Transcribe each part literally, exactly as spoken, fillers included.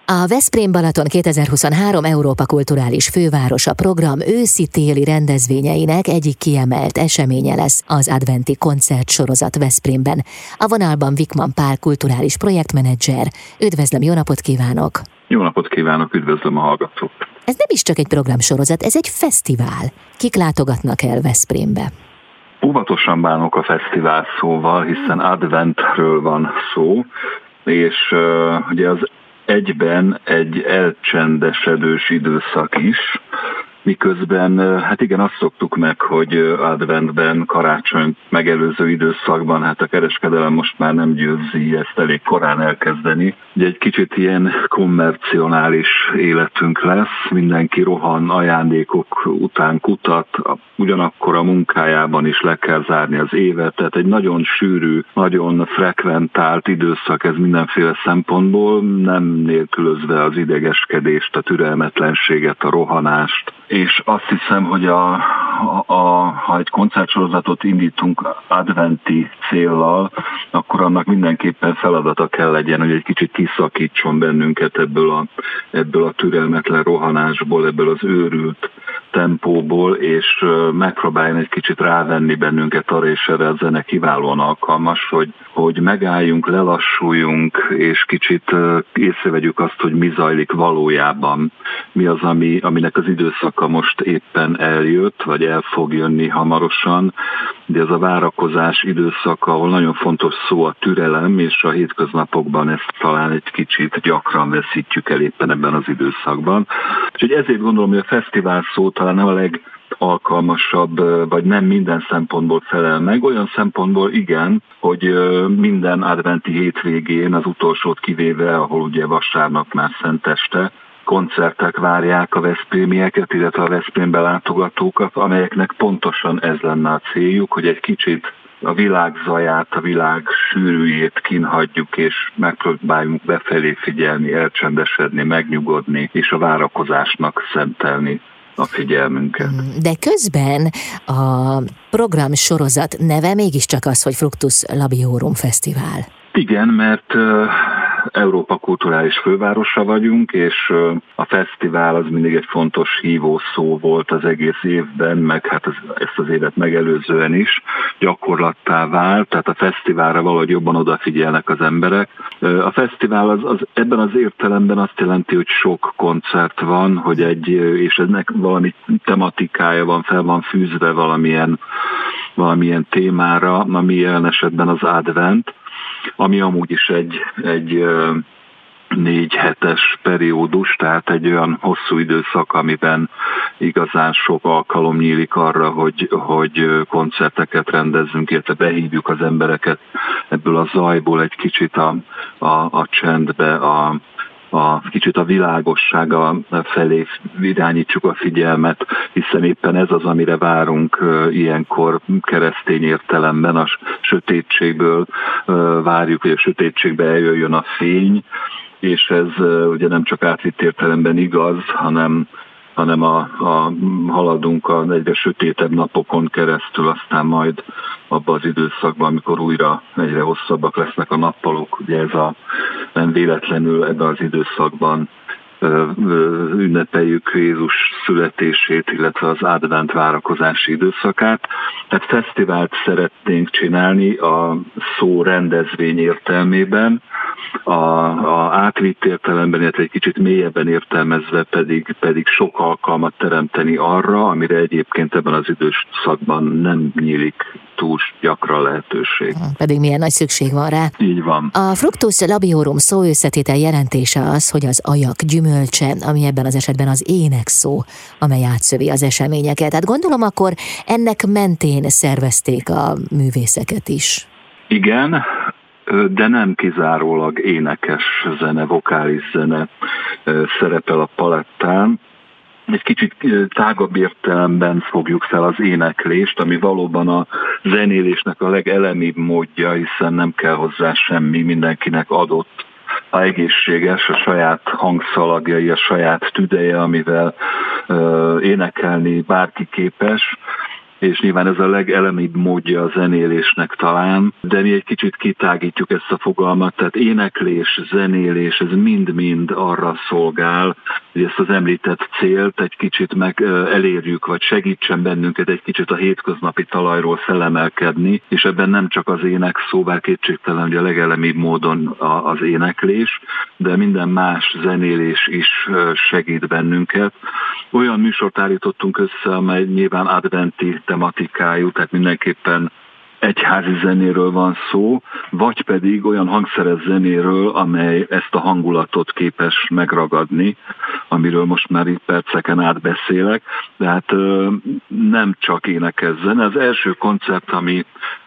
A Veszprém-Balaton kétezer-huszonhárom Európa Kulturális Fővárosa program őszi-téli rendezvényeinek egyik kiemelt eseménye lesz az adventi koncertsorozat Veszprémben. A vonalban Vikman Pál kulturális projektmenedzser. Üdvözlöm, jó napot kívánok! Jó napot kívánok, üdvözlöm a hallgatót! Ez nem is csak egy programsorozat, ez egy fesztivál. Kik látogatnak el Veszprémbe? Óvatosan bánok a fesztivál szóval, hiszen adventről van szó, és uh, ugye az egyben egy elcsendesedős időszak is, miközben, hát igen, azt szoktuk meg, hogy adventben, karácsony megelőző időszakban, hát a kereskedelem most már nem győzi ezt elég korán elkezdeni. Ugye egy kicsit ilyen kommercionális életünk lesz, mindenki rohan, ajándékok után kutat, ugyanakkor a munkájában is le kell zárni az évet, tehát egy nagyon sűrű, nagyon frekventált időszak ez mindenféle szempontból, nem nélkülözve az idegeskedést, a türelmetlenséget, a rohanást. És azt hiszem, hogy a, a, a, ha egy koncertsorozatot indítunk adventi céllal, akkor annak mindenképpen feladata kell legyen, hogy egy kicsit kiszakítson bennünket ebből a, ebből a türelmetlen rohanásból, ebből az őrült tempóból, és megpróbáljon egy kicsit rávenni bennünket arra, és erre a zene kiválóan alkalmas, hogy, hogy megálljunk, lelassuljunk, és kicsit észrevegyük azt, hogy mi zajlik valójában, mi az, ami, aminek az időszaka most éppen eljött, vagy el fog jönni hamarosan, de ez a várakozás időszaka, ahol nagyon fontos szó a türelem, és a hétköznapokban ezt talán egy kicsit gyakran veszítjük el éppen ebben az időszakban. Úgyhogy ezért gondolom, hogy a fesztivál szó talán nem a legalkalmasabb, vagy nem minden szempontból felel meg. Olyan szempontból igen, hogy minden adventi hétvégén, az utolsót kivéve, ahol ugye vasárnap már szenteste, koncertek várják a veszprémieket, illetve a Veszprémbe látogatókat, amelyeknek pontosan ez lenne a céljuk, hogy egy kicsit a világ zaját, a világ sűrűjét kínhagyjuk, és megpróbáljunk befelé figyelni, elcsendesedni, megnyugodni, és a várakozásnak szentelni a figyelmünket. De közben a program sorozat neve mégiscsak az, hogy Fructus Labiorum Fesztivál. Igen, mert Európa Kulturális Fővárosa vagyunk, és a fesztivál az mindig egy fontos hívószó volt az egész évben, meg hát ez, ezt az évet megelőzően is gyakorlattá vált, tehát a fesztiválra valahogy jobban odafigyelnek az emberek. A fesztivál az, az ebben az értelemben azt jelenti, hogy sok koncert van, hogy egy, és ennek valami tematikája van, fel van fűzve valamilyen, valamilyen témára, ami jelen esetben az advent, ami amúgy is egy, egy négy hetes periódus, tehát egy olyan hosszú időszak, amiben igazán sok alkalom nyílik arra, hogy, hogy koncerteket rendezzünk, illetve behívjuk az embereket ebből a zajból egy kicsit a, a, a csendbe, a, a kicsit a világossága felé irányítsuk a figyelmet, hiszen éppen ez az, amire várunk ilyenkor keresztény értelemben, a sötétségből várjuk, hogy a sötétségbe eljöjjön a fény, és ez ugye nem csak átvitt értelemben igaz, hanem hanem a, a haladunk a egyre sötétebb napokon keresztül, aztán majd abban az időszakban, amikor újra egyre hosszabbak lesznek a nappalok, ugye ez a nem véletlenül ebben az időszakban ünnepeljük Jézus születését, illetve az advent várakozási időszakát. Tehát fesztivált szeretnénk csinálni a szó rendezvény értelmében, a, a átvitt értelemben, illetve egy kicsit mélyebben értelmezve pedig, pedig sok alkalmat teremteni arra, amire egyébként ebben az időszakban nem nyílik túl gyakran lehetőség. Pedig milyen nagy szükség van rá. Így van. A Fructus Labiorum szóösszetétel jelentése az, hogy az ajak gyümölcse, ami ebben az esetben az énekszó, amely átszövi az eseményeket. Tehát gondolom akkor ennek mentén szervezték a művészeket is. Igen, de nem kizárólag énekes zene, vokális zene szerepel a palettán. Egy kicsit tágabb értelemben fogjuk fel az éneklést, ami valóban a zenélésnek a legelemibb módja, hiszen nem kell hozzá semmi, mindenkinek adott, a egészséges, a saját hangszalagjai, a saját tüdeje, amivel uh, énekelni bárki képes. és nyilván ez a legelemibb módja a zenélésnek talán, de mi egy kicsit kitágítjuk ezt a fogalmat, tehát éneklés, zenélés, ez mind-mind arra szolgál, hogy ezt az említett célt egy kicsit meg elérjük, vagy segítsen bennünket egy kicsit a hétköznapi talajról felemelkedni, és ebben nem csak az ének szó, bár kétségtelen, hogy a legelemibb módon az éneklés, de minden más zenélés is segít bennünket. Olyan műsort állítottunk össze, amely nyilván adventi tematikájú, tehát mindenképpen egyházi zenéről van szó, vagy pedig olyan hangszeres zenéről, amely ezt a hangulatot képes megragadni, amiről most már itt perceken át beszélek, de hát nem csak énekes zene. Az első koncert, ami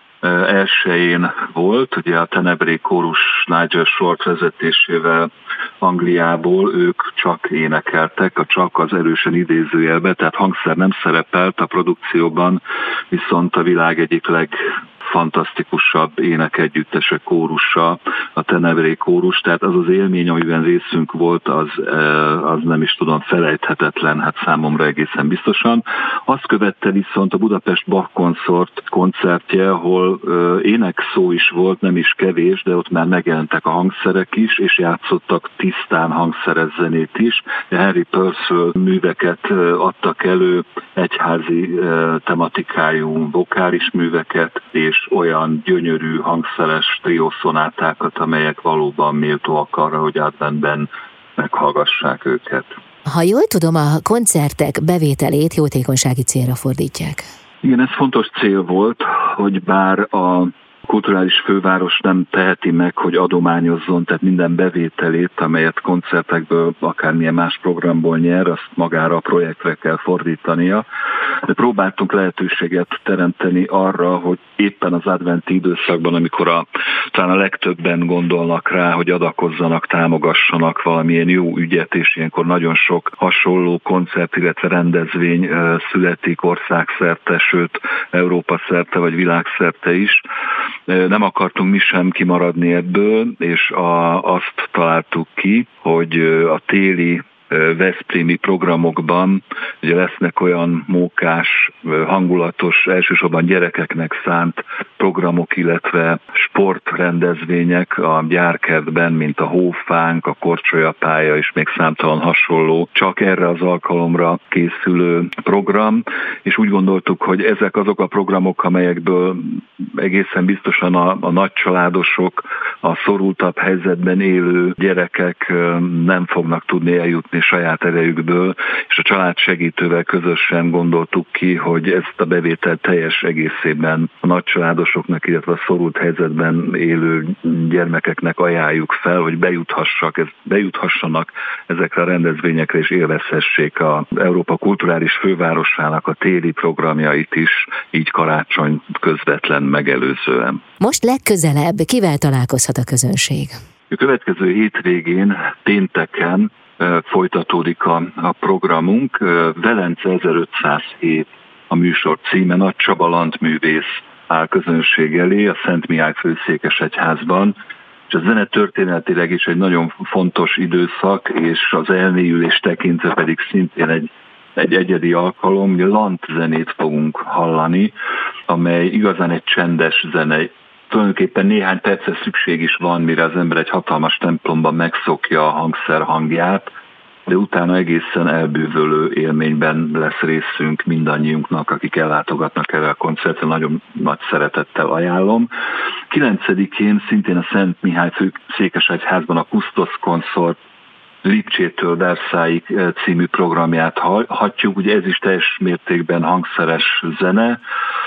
elsőjén volt, ugye a Tenebrae kórus Nigel Short vezetésével Angliából, ők csak énekeltek, a csak az erősen idézőjelbe, tehát hangszer nem szerepelt a produkcióban, viszont a világ egyik legfantasztikusabb énekegyüttese kórusa, a Tenebrae kórus, tehát az az élmény, amiben részünk volt, az, az nem is tudom, felejthetetlen, hát számomra egészen biztosan. Azt követte viszont a Budapest Bach Consort koncertje, ahol énekszó is volt, nem is kevés, de ott már megjelentek a hangszerek is, és játszottak tisztán hangszeres zenét is. Henry Purcell műveket adtak elő, egyházi tematikájú vokális műveket, és olyan gyönyörű hangszeres triószonátákat, amelyek valóban méltóak arra, hogy adventben meghallgassák őket. Ha jól tudom, a koncertek bevételét jótékonysági célra fordítják. Igen, ez fontos cél volt, hogy bár a kulturális főváros nem teheti meg, hogy adományozzon, tehát minden bevételét, amelyet koncertekből, akármilyen más programból nyer, azt magára a projektre kell fordítania. De próbáltunk lehetőséget teremteni arra, hogy éppen az adventi időszakban, amikor a, talán a legtöbben gondolnak rá, hogy adakozzanak, támogassanak valamilyen jó ügyet, és ilyenkor nagyon sok hasonló koncert, illetve rendezvény születik országszerte, sőt Európa szerte vagy világszerte is. Nem akartunk mi sem kimaradni ebből, és a, azt találtuk ki, hogy a téli veszprémi programokban ugye lesznek olyan mókás, hangulatos, elsősorban gyerekeknek szánt programok, illetve sportrendezvények a gyárkertben, mint a Hófánk, a Korcsolyapálya és még számtalan hasonló, csak erre az alkalomra készülő program, és úgy gondoltuk, hogy ezek azok a programok, amelyekből egészen biztosan a, a nagycsaládosok, a szorultabb helyzetben élő gyerekek nem fognak tudni eljutni saját erejükből, és a család segítővel közösen gondoltuk ki, hogy ezt a bevételt teljes egészében a nagycsaládosoknak, illetve a szorult helyzetben élő gyermekeknek ajánljuk fel, hogy bejuthassak, ez, bejuthassanak ezekre a rendezvényekre, és élvezhessék az Európa kulturális fővárosának a téli programjait is, így karácsony közvetlen megelőzően. Most legközelebb kivel találkozhat a közönség? A következő hétvégén, pénteken folytatódik a, a programunk. Velence ezerötszázhét a műsor címe, Nagy Csaba landművész áll közönség elé a Szent Mihály Főszékesegyházban, és a zene történetileg is egy nagyon fontos időszak, és az elmélyülés tekintve pedig szintén egy, egy egyedi alkalom, hogy lant zenét fogunk hallani, amely igazán egy csendes zene. Tulajdonképpen néhány perces szükség is van, mire az ember egy hatalmas templomban megszokja a hangszer hangját, de utána egészen elbűvölő élményben lesz részünk mindannyiunknak, akik ellátogatnak erre a koncertre, nagyon nagy szeretettel ajánlom. kilencedikén szintén a Szent Mihály Főszékesegyházban a Kustos Consort Lipcsétől Versailles című programját hallhatjuk, ugye ez is teljes mértékben hangszeres zene,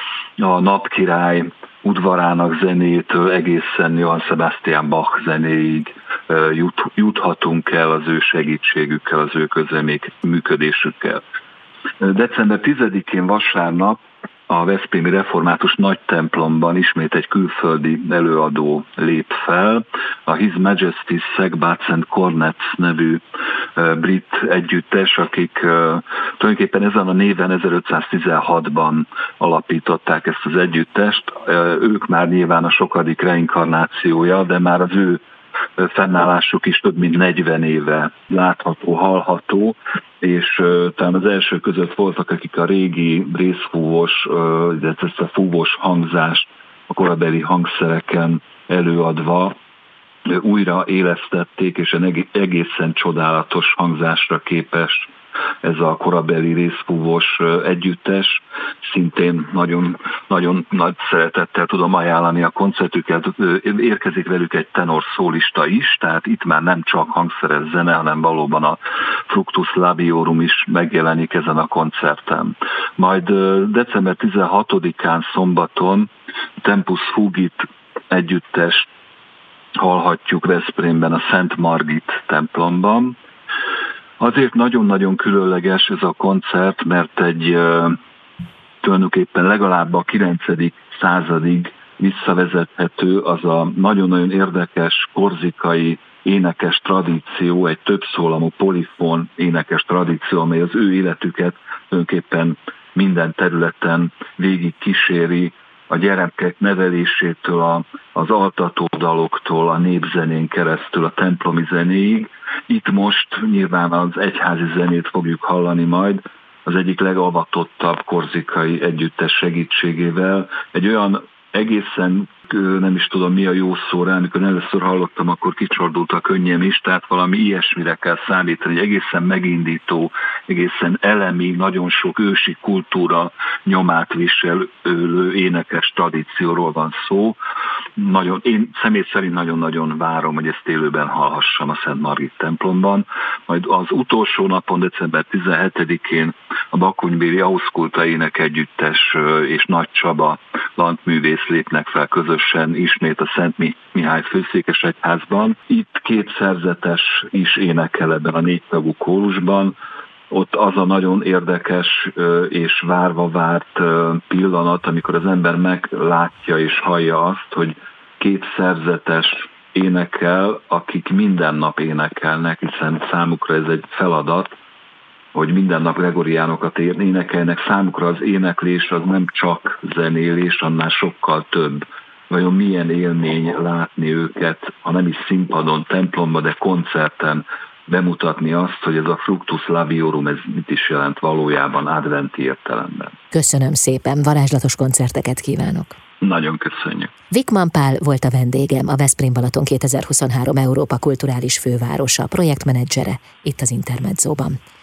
a Napkirály udvarának zenétől egészen Johann Sebastian Bach zenéig jut, juthatunk el az ő segítségükkel, az ő közreműködésükkel. december tizedikén vasárnap a veszprémi református nagy templomban ismét egy külföldi előadó lép fel. A His Majesty's Sagbats and Cornets nevű brit együttes, akik tulajdonképpen ezen a néven ezerötszáztizenhatban alapították ezt az együttest. Ők már nyilván a sokadik reinkarnációja, de már az ő fennállásuk is több mint negyven éve látható, hallható, és uh, talán az első között voltak, akik a régi részfúvós, uh, ezt a fúvós hangzást a korabeli hangszereken előadva uh, újra élesztették, és egy egészen csodálatos hangzásra képes ez a korabeli részfúvós együttes. Szintén nagyon, nagyon nagy szeretettel tudom ajánlani a koncertüket. Érkezik velük egy tenor szólista is, tehát itt már nem csak hangszeres zene, hanem valóban a Fructus Labiorum is megjelenik ezen a koncerten. Majd december tizenhatodikán szombaton Tempus Fugit együttes hallhatjuk Veszprémben a Szent Margit templomban. Azért nagyon-nagyon különleges ez a koncert, mert egy tulajdonképpen legalább a kilencedik századig visszavezethető az a nagyon-nagyon érdekes korzikai énekes tradíció, egy többszólamú polifón énekes tradíció, amely az ő életüket tulajdonképpen minden területen végig kíséri, a gyerekek nevelésétől, a, az altatódaloktól, a népzenén keresztül, a templomi zenéig. Itt most nyilván az egyházi zenét fogjuk hallani majd, az egyik legavatottabb korzikai együttes segítségével. Egy olyan egészen, nem is tudom mi a jó szó rá, amikor először hallottam, akkor kicsordult a könnyem is, tehát valami ilyesmire kell számítani, egy egészen megindító, egészen elemi, nagyon sok ősi kultúra nyomát viselő énekes tradícióról van szó. Nagyon, én személy szerint nagyon-nagyon várom, hogy ezt élőben hallhassam a Szent Margit templomban. Majd az utolsó napon, december tizenhetedikén a Bakunybéli Auszkulta ének együttes és Nagy Csaba lantművész lépnek fel közösen ismét a Szent Mihály főszékesegyházban. Itt két szerzetes is énekel ebben a négytagú kórusban. Ott az a nagyon érdekes és várva várt pillanat, amikor az ember meglátja és hallja azt, hogy két szerzetes énekel, akik minden nap énekelnek, hiszen számukra ez egy feladat, hogy minden nap gregoriánokat énekelnek. Számukra az éneklés az nem csak zenélés, annál sokkal több. Vajon milyen élmény látni őket, ha nem is színpadon, templomban, de koncerten bemutatni azt, hogy ez a Fructus Labiorum, ez mit is jelent valójában adventi értelemben. Köszönöm szépen, varázslatos koncerteket kívánok! Nagyon köszönjük! Vikman Pál volt a vendégem, a Veszprém Balaton kétezer-huszonhárom Európa kulturális fővárosa, projektmenedzsere, itt az Intermedzóban.